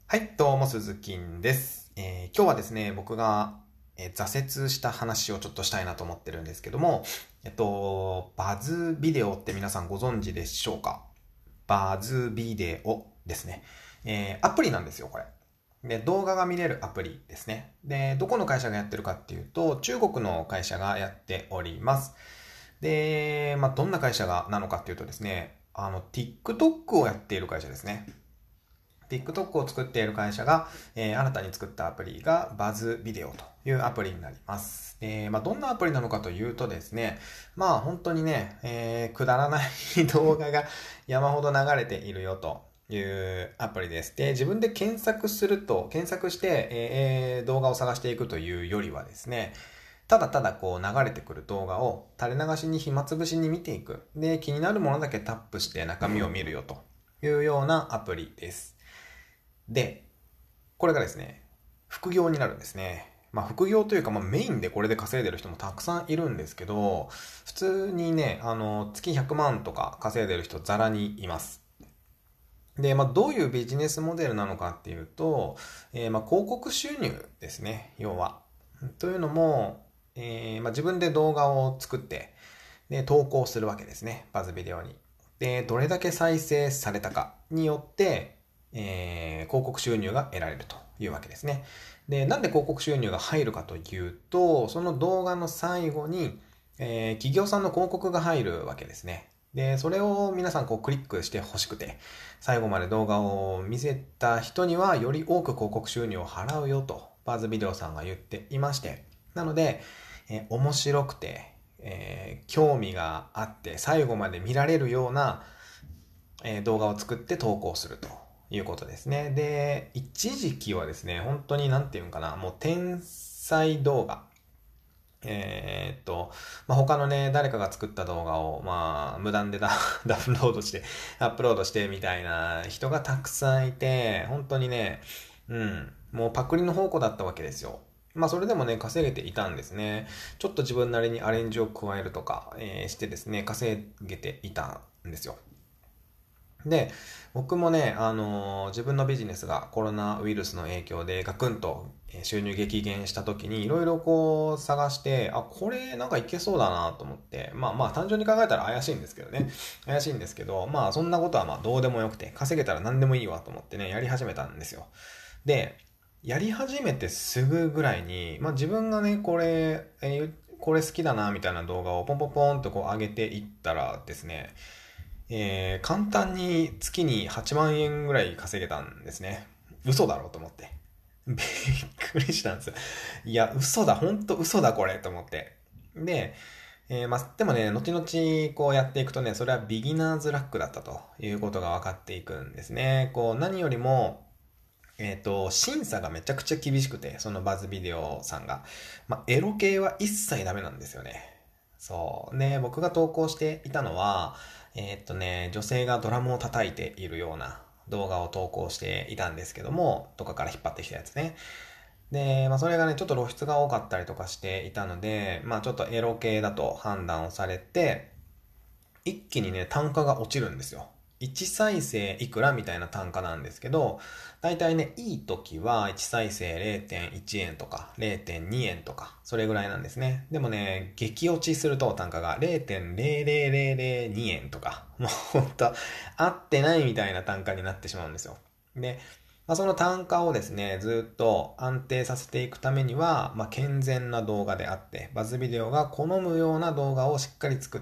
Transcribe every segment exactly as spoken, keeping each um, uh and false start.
はい、どうも、鈴木です。えー今日はですね、僕が、えー挫折した話をちょっとしたいなと思ってるんですけども、えっと、バズビデオって皆さんご存知でしょうか？バズビデオですね。えーアプリなんですよ、これ。で、動画が見れるアプリですね。で、どこの会社がやってるかっていうと、中国の会社がやっております。で、まあ、どんな会社がなのかっていうとですね、あの、TikTok をやっている会社ですね。TikTok を作っている会社が、えー新たに作ったアプリが Buzz ビデオというアプリになります。で、まあ、どんなアプリなのかというとですね、まあ本当にね、えーくだらない動画が山ほど流れているよというアプリです。で、自分で検索すると、検索して、えー動画を探していくというよりはですね、ただただこう流れてくる動画を垂れ流しに暇つぶしに見ていく。で、気になるものだけタップして中身を見るよというようなアプリです。で、これがですね、副業になるんですね。まあ副業というか、まあメインでこれで稼いでる人もたくさんいるんですけど、普通にね、あの、月ひゃくまんとか稼いでる人ザラにいます。で、まあどういうビジネスモデルなのかっていうと、えーまあ広告収入ですね、要は。というのも、えーまあ自分で動画を作って、で、投稿するわけですね、バズビデオに。で、どれだけ再生されたかによって、えー広告収入が得られるというわけですね。で、なんで広告収入が入るかというと、その動画の最後に、えー企業さんの広告が入るわけですね。で、それを皆さんこうクリックして欲しくて、最後まで動画を見せた人にはより多く広告収入を払うよと、バズビデオさんが言っていまして、なので、えー面白くて、えー興味があって最後まで見られるような、えー動画を作って投稿するということですね。で、一時期はですね、本当になんていうんかな、もう天才動画。えーっと、まあ、他のね、誰かが作った動画を、まあ、無断でダダウンロードして、アップロードしてみたいな人がたくさんいて、本当にね、うん、もうパクリの宝庫だったわけですよ。まあ、それでもね、稼げていたんですね。ちょっと自分なりにアレンジを加えるとか、えーしてですね、稼げていたんですよ。で、僕もね、あのー自分のビジネスがコロナウイルスの影響でガクンとえー収入激減した時にいろいろこう探して、あ、これなんかいけそうだなと思って、まあまあ単純に考えたら怪しいんですけどね。怪しいんですけど、まあそんなことはまあどうでもよくて、稼げたら何でもいいわと思ってね、やり始めたんですよ。で、やり始めてすぐぐらいに、まあ自分がね、これ、えーこれ好きだなみたいな動画をポンポンポンとこう上げていったらですね、えー簡単に月にはちまん円ぐらい稼げたんですね。嘘だろうと思って。びっくりしたんですよ。いや、嘘だ、ほんと嘘だこれと思って。で、えーまあ、でもね、後々こうやっていくとね、それはビギナーズラックだったということが分かっていくんですね。こう、何よりも、えっと、審査がめちゃくちゃ厳しくて、そのバズビデオさんが。まあ、エロ系は一切ダメなんですよね。そう。ね、僕が投稿していたのは、えーっとね、女性がドラムを叩いているような動画を投稿していたんですけども、とかから引っ張ってきたやつね。で、まあそれがね、ちょっと露出が多かったりとかしていたので、まあちょっとエロ系だと判断をされて、一気にね、単価が落ちるんですよ。いち再生いくらみたいな単価なんですけど、だいたいね、いい時はいち再生れいてんいちえんとかれいてんにえんとか、それぐらいなんですね。でもね、激落ちすると単価がれいてんれいぜろぜろぜろにえんとか、もうほんと合ってないみたいな単価になってしまうんですよ。で、まあ、その単価をですね、ずっと安定させていくためには、まあ、健全な動画であって、バズビデオが好むような動画をしっかり作って、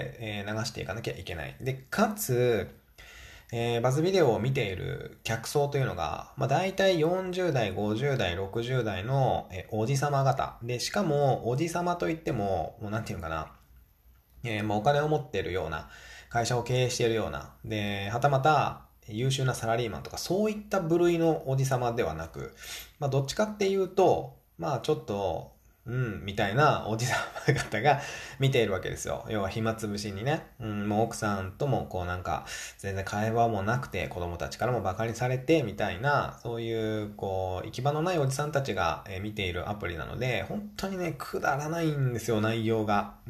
えー流していかなきゃいけない。で、かつ、えーバズビデオを見ている客層というのが、まあ、大体よんじゅう代、ごじゅう代、ろくじゅう代の、えーおじさま方。で、しかも、おじさまといっても、もうなんていうのかな、えーまあ、お金を持っているような、会社を経営しているような、で、はたまた優秀なサラリーマンとか、そういった部類のおじさまではなく、まあ、どっちかっていうと、まあ、ちょっと、うん、みたいなおじさま方が見ているわけですよ。要は暇つぶしにね。うん、もう奥さんともこうなんか、全然会話もなくて、子供たちからも馬鹿にされて、みたいな、そういう、こう、行き場のないおじさんたちが、えー見ているアプリなので、本当にね、くだらないんですよ、内容が。うん。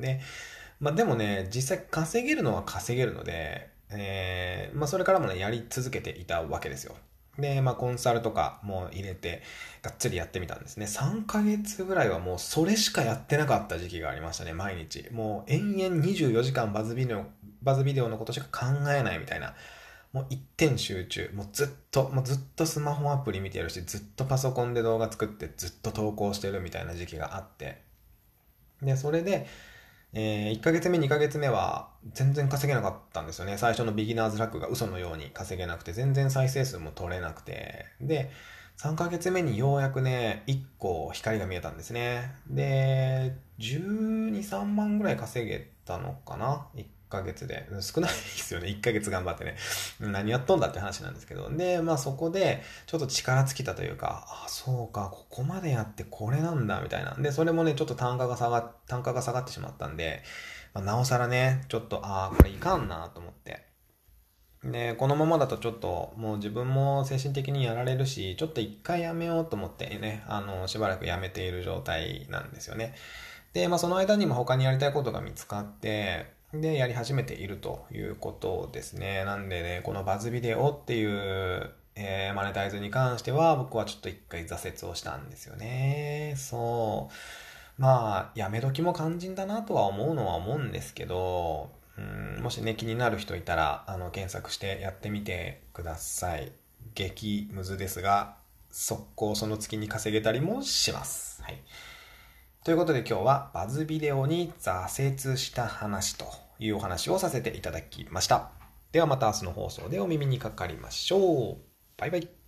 で、まあでもね、実際稼げるのは稼げるので、えー、まあそれからもね、やり続けていたわけですよ。 で、まあコンサルとかも入れて、がっつりやってみたんですね。さんかげつぐらいはもうそれしかやってなかった時期がありましたね、毎日。もう延々にじゅうよじかんバズビデオ、バズビデオのことしか考えないみたいな。もう一点集中。もうずっと、もうずっとスマホアプリ見てるし、ずっとパソコンで動画作ってずっと投稿してるみたいな時期があって。で、それで、えー、いっかげつめ、にかげつめは全然稼げなかったんですよね。最初のビギナーズラックが嘘のように稼げなくて、全然再生数も取れなくて。で、さんかげつめにようやくね、いっこ光が見えたんですね。で、じゅうに、さんまんぐらい稼げたのかな？ いっ ヶ月で。少ないですよね。いっかげつ頑張ってね。何やっとんだって話なんですけど。で、まあそこで、ちょっと力尽きたというか、あ、そうか、ここまでやってこれなんだ、みたいな。で、それもね、ちょっと単価が下が、単価が下がってしまったんで、まあ、なおさらね、ちょっと、ああ、これいかんなと思って。で、このままだとちょっと、もう自分も精神的にやられるし、ちょっと一回やめようと思ってね、あの、しばらくやめている状態なんですよね。で、まあその間にも他にやりたいことが見つかって、で、やり始めているということですね。なんでね、このバズビデオっていう、えーマネタイズに関しては、僕はちょっと一回挫折をしたんですよね。そう。まあ、やめ時も肝心だなとは思うのは思うんですけど、うん、もしね、気になる人いたら、あの、検索してやってみてください。激ムズですが、速攻その月に稼げたりもします。はい。ということで今日はバズビデオに挫折した話というお話をさせていただきました。ではまた明日の放送でお耳にかかりましょう。バイバイ。